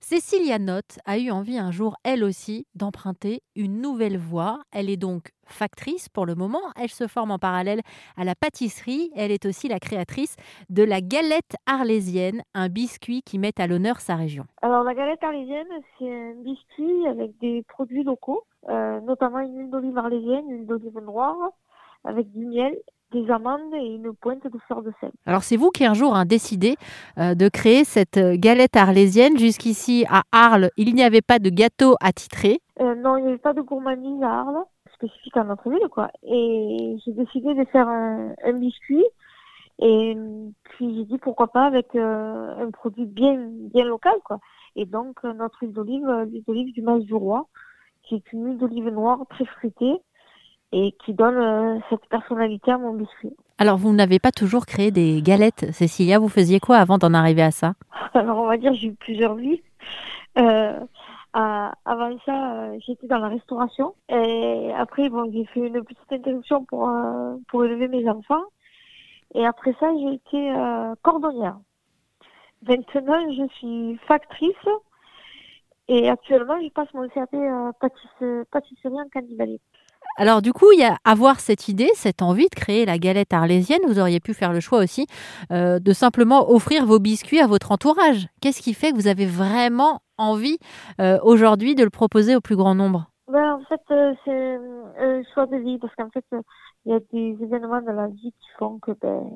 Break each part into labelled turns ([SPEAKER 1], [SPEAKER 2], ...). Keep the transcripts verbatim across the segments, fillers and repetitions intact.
[SPEAKER 1] Cécilia Notte a eu envie un jour, elle aussi, d'emprunter une nouvelle voie. Elle est donc factrice pour le moment. Elle se forme en parallèle à la pâtisserie. Elle est aussi la créatrice de la galette arlésienne, un biscuit qui met à l'honneur sa région.
[SPEAKER 2] Alors la galette arlésienne, c'est un biscuit avec des produits locaux, euh, notamment une huile d'olive arlésienne, une huile d'olive noire, avec du miel, des amandes et une pointe de fleur de sel.
[SPEAKER 1] Alors c'est vous qui un jour a décidé euh, de créer cette euh, galette arlésienne. Jusqu'ici à Arles, il n'y avait pas de gâteau attitré.
[SPEAKER 2] Euh, non, il n'y avait pas de gourmandise à Arles, spécifique à notre ville, quoi. Et j'ai décidé de faire un, un biscuit. Et puis j'ai dit pourquoi pas avec euh, un produit bien, bien local, quoi. Et donc euh, notre huile d'olive, euh, l'huile d'olive du Mas du Roi, qui est une huile d'olive noire très fruitée et qui donne euh, cette personnalité à mon biscuit.
[SPEAKER 1] Alors vous n'avez pas toujours créé des galettes, Cécilia. Vous faisiez quoi avant d'en arriver à ça?
[SPEAKER 2] Alors on va dire j'ai eu plusieurs vies. Euh, à- avant ça, euh, j'étais dans la restauration et après bon j'ai fait une petite interruption pour euh, pour élever mes enfants. Et après ça, j'ai été euh, cordonnière. Maintenant, je suis factrice et actuellement, je passe mon C A P euh, pâtiss- pâtisserie en Candivalier.
[SPEAKER 1] Alors du coup, il y a avoir cette idée, cette envie de créer la galette arlésienne. Vous auriez pu faire le choix aussi euh, de simplement offrir vos biscuits à votre entourage. Qu'est-ce qui fait que vous avez vraiment envie euh, aujourd'hui de le proposer au plus grand nombre?
[SPEAKER 2] Ben, en fait, euh, c'est un choix de vie parce qu'en fait, euh, il y a des événements dans la vie qui font que ben,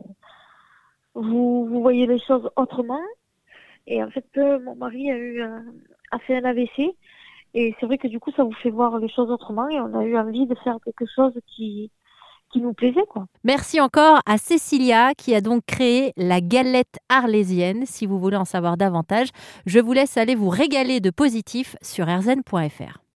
[SPEAKER 2] vous, vous voyez les choses autrement. Et en fait, euh, mon mari a eu euh, a fait un A V C. Et c'est vrai que du coup, ça vous fait voir les choses autrement et on a eu envie de faire quelque chose qui, qui nous plaisait, quoi.
[SPEAKER 1] Merci encore à Cécilia qui a donc créé la galette arlésienne. Si vous voulez en savoir davantage, je vous laisse aller vous régaler de positif sur r z n point f r.